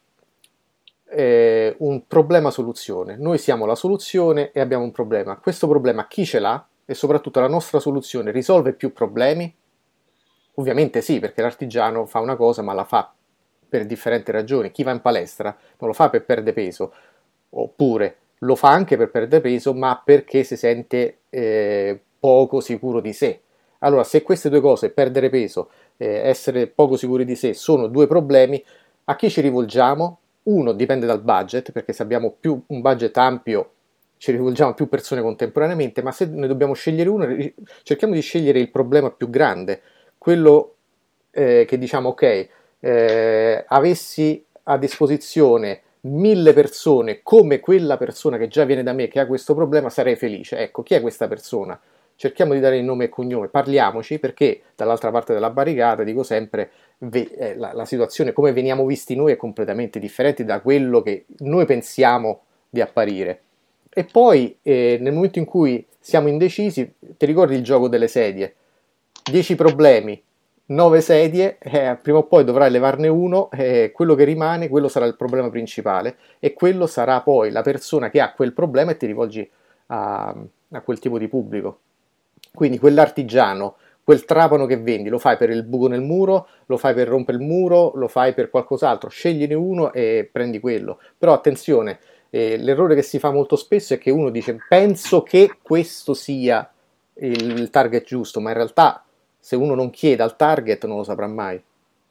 eh, un problema-soluzione. Noi siamo la soluzione e abbiamo un problema. Questo problema chi ce l'ha? E soprattutto la nostra soluzione risolve più problemi? Ovviamente sì, perché l'artigiano fa una cosa ma la fa per differenti ragioni. Chi va in palestra non lo fa per perdere peso, oppure lo fa anche per perdere peso, ma perché si sente eh, poco sicuro di sé. Allora, se queste due cose, perdere peso e eh, essere poco sicuri di sé, sono due problemi, a chi ci rivolgiamo? Uno dipende dal budget, perché se abbiamo più un budget ampio ci rivolgiamo a più persone contemporaneamente, ma se ne dobbiamo scegliere uno, cerchiamo di scegliere il problema più grande, quello eh, che diciamo ok, eh, avessi a disposizione mille persone come quella persona che già viene da me che ha questo problema, sarei felice. Ecco, chi è questa persona? Cerchiamo di dare il nome e cognome, parliamoci, perché dall'altra parte della barricata, dico sempre, ve- eh, la, la situazione come veniamo visti noi è completamente differente da quello che noi pensiamo di apparire. E poi eh, nel momento in cui siamo indecisi, ti ricordi il gioco delle sedie? dieci problemi, nove sedie, eh, prima o poi dovrai levarne uno, eh, quello che rimane, quello sarà il problema principale e quello sarà poi la persona che ha quel problema e ti rivolgi a, a quel tipo di pubblico. Quindi quell'artigiano, quel trapano che vendi, lo fai per il buco nel muro, lo fai per rompere il muro, lo fai per qualcos'altro, scegliene uno e prendi quello. Però attenzione, eh, l'errore che si fa molto spesso è che uno dice penso che questo sia il, il target giusto, ma in realtà se uno non chiede al target non lo saprà mai.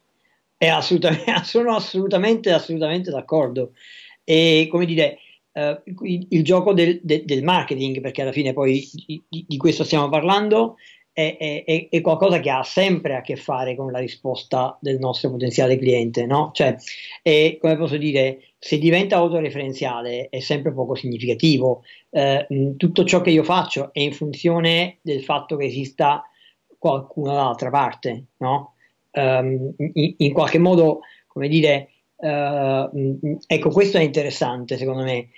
È assolutamente, sono assolutamente, assolutamente d'accordo. E come dire, eh, il, il gioco del, de- del marketing, perché alla fine poi di, di- di questo stiamo parlando, è, è- è- è qualcosa che ha sempre a che fare con la risposta del nostro potenziale cliente, no? Cioè, è, come posso dire, se diventa autoreferenziale è sempre poco significativo. Eh, mh, tutto ciò che io faccio è in funzione del fatto che esista qualcuno dall'altra parte, no? ehm, in, in qualche modo, come dire, eh, mh, ecco, questo è interessante secondo me.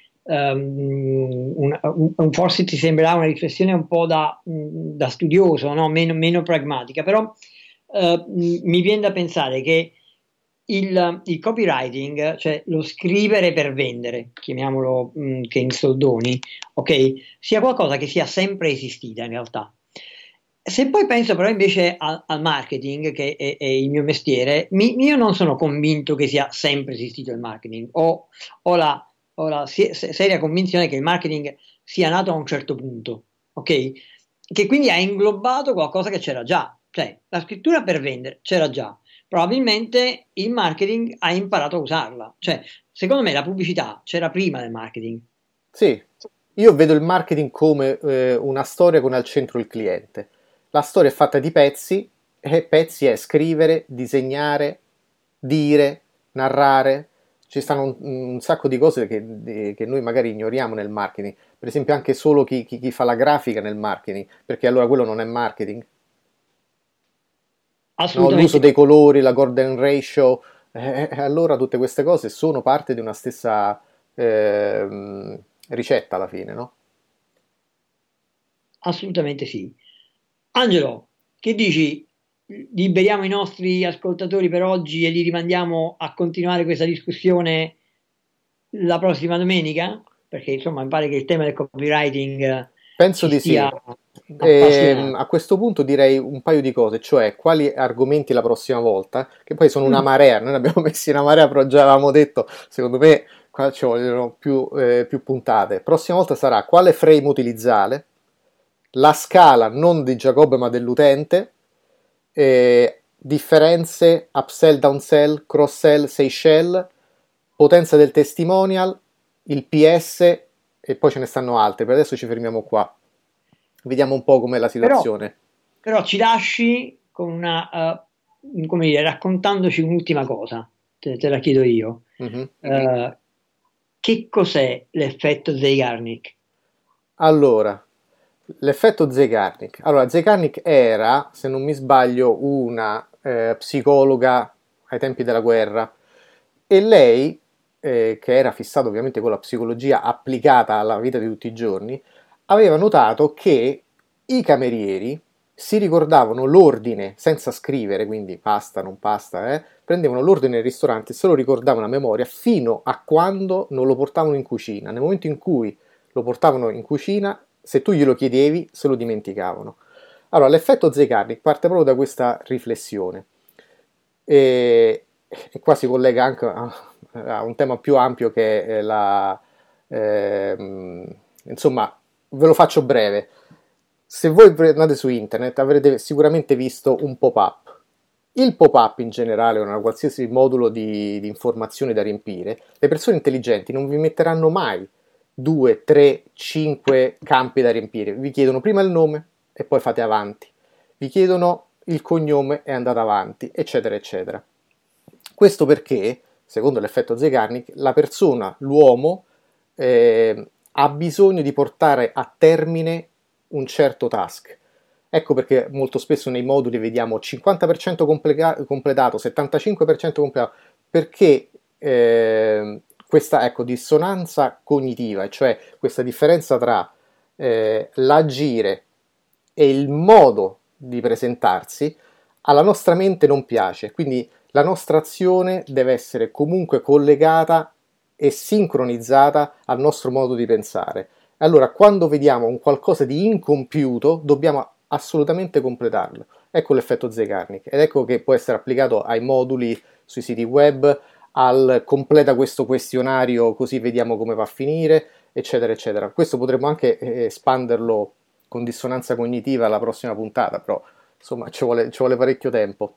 Um, un, un- un- forse ti sembrerà una riflessione un po' da, mh, da studioso, no? Meno, meno pragmatica, però eh, mh, mi viene da pensare che il, il copywriting, cioè lo scrivere per vendere, chiamiamolo mh, che in soldoni, ok, sia qualcosa che sia sempre esistita in realtà. Se poi penso però invece al, al marketing, che è, è il mio mestiere, mi- io non sono convinto che sia sempre esistito il marketing. Ho, ho la, ho la se- se- seria convinzione che il marketing sia nato a un certo punto, ok? Che quindi ha inglobato qualcosa che c'era già. Cioè, la scrittura per vendere c'era già. Probabilmente il marketing ha imparato a usarla. Cioè, secondo me la pubblicità c'era prima del marketing.
Sì, io vedo il marketing come eh, una storia con al centro il cliente. La storia è fatta di pezzi, e pezzi è scrivere, disegnare, dire, narrare. Ci stanno un, un sacco di cose che, che noi magari ignoriamo nel marketing. Per esempio anche solo chi, chi, chi fa la grafica nel marketing, perché allora quello non è marketing. No, l'uso
Assolutamente.
dei colori, la golden ratio, eh, eh, allora tutte queste cose sono parte di una stessa ehm, ricetta alla fine, no?
Assolutamente sì. Angelo, che dici? Liberiamo i nostri ascoltatori per oggi e li rimandiamo a continuare questa discussione la prossima domenica? Perché insomma mi pare che il tema del copywriting eh,
Penso
ci
di sì.
stia
Ehm,
appassionando.
a questo punto direi un paio di cose, cioè quali argomenti la prossima volta, che poi sono una
Mm,
marea, noi ne abbiamo messi una marea, però già avevamo detto, secondo me qua ci vogliono più, eh, più puntate. Prossima volta sarà quale frame utilizzare, la scala non di Giacobbe ma dell'utente, eh, differenze, upsell, downsell, cross-sell, Seychelles, potenza del testimonial, il P S e poi ce ne stanno altre. Per adesso ci fermiamo qua. Vediamo un po' com'è la
Però,
situazione.
però ci lasci con una, eh, come dire, raccontandoci un'ultima cosa, te, te la chiedo io.
Mhm.
Eh, che cos'è l'effetto Zeigarnik?
Allora, l'effetto Zeigarnik. Allora, Zeigarnik era, se non mi sbaglio, una eh, psicologa ai tempi della guerra e lei, eh, che era fissata ovviamente con la psicologia applicata alla vita di tutti i giorni, aveva notato che i camerieri si ricordavano l'ordine senza scrivere, quindi pasta, non pasta, eh, prendevano l'ordine nel ristorante e se lo ricordavano a memoria fino a quando non lo portavano in cucina. Nel momento in cui lo portavano in cucina, se tu glielo chiedevi, se lo dimenticavano. Allora, l'effetto Zeigarnik parte proprio da questa riflessione e, e qua si collega anche a, a un tema più ampio che è la... ehm, insomma, ve lo faccio breve. Se voi andate su internet avrete sicuramente visto un pop-up. Il pop-up in generale o una qualsiasi modulo di, di informazioni da riempire, le persone intelligenti non vi metteranno mai due, tre, cinque campi da riempire. Vi chiedono prima il nome e poi fate avanti. Vi chiedono il cognome e andate avanti, eccetera, eccetera. Questo perché, secondo l'effetto Zeigarnik, la persona, l'uomo, eh, ha bisogno di portare a termine un certo task. Ecco perché molto spesso nei moduli vediamo cinquanta per cento comple- completato, settantacinque per cento completato, perché eh, questa ecco, dissonanza cognitiva, cioè questa differenza tra eh, l'agire e il modo di presentarsi, alla nostra mente non piace, quindi la nostra azione deve essere comunque collegata e sincronizzata al nostro modo di pensare. Allora, quando vediamo un qualcosa di incompiuto, dobbiamo assolutamente completarlo. Ecco l'effetto Zeigarnik ed ecco che può essere applicato ai moduli sui siti web, al completa questo questionario così vediamo come va a finire, eccetera, eccetera. Questo potremmo anche eh, espanderlo con dissonanza cognitiva alla prossima puntata, però insomma ci vuole, ci vuole parecchio tempo.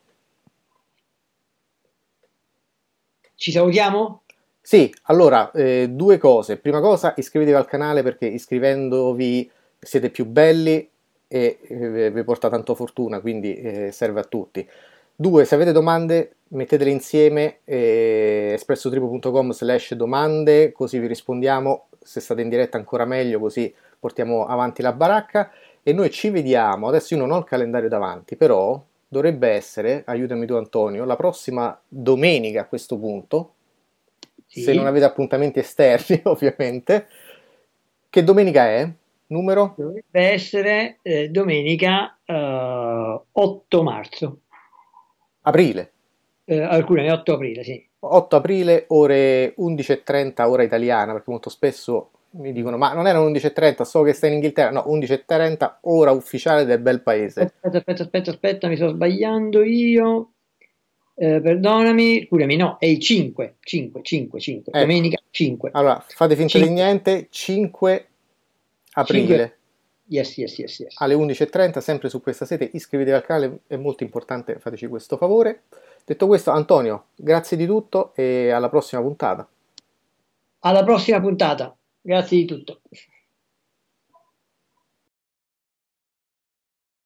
Ci salutiamo?
Sì, allora, eh, due cose. Prima cosa, iscrivetevi al canale perché iscrivendovi siete più belli e eh, vi porta tanto fortuna, quindi eh, serve a tutti. Due, se avete domande, mettetele insieme, eh, espressotribo punto com slash domande, così vi rispondiamo. Se state in diretta ancora meglio, così portiamo avanti la baracca. E noi ci vediamo, adesso io non ho il calendario davanti, però dovrebbe essere, aiutami tu Antonio, la prossima domenica a questo punto, se non
Sì.
avete appuntamenti esterni ovviamente. Che domenica è? Numero?
Dovrebbe essere eh, domenica eh, otto marzo,
Aprile.
eh, alcune otto aprile, sì.
otto aprile, ore undici e trenta, ora italiana, perché molto spesso mi dicono ma non erano undici e trenta, so che stai in Inghilterra. No, undici e trenta, ora ufficiale del bel paese.
Aspetta, aspetta, aspetta, aspetta, mi sto sbagliando io. Eh, perdonami, scusami, no, è il cinque, cinque, cinque, cinque,
Ecco,
domenica cinque.
allora fate finta di
cinque,
niente, cinque
cinque,
aprile
yes, yes, yes, yes.
alle undici e trenta, sempre su questa sete, iscrivetevi al canale, è molto importante, fateci questo favore. Detto questo, Antonio, grazie di tutto e alla prossima puntata.
Alla prossima puntata, grazie di tutto.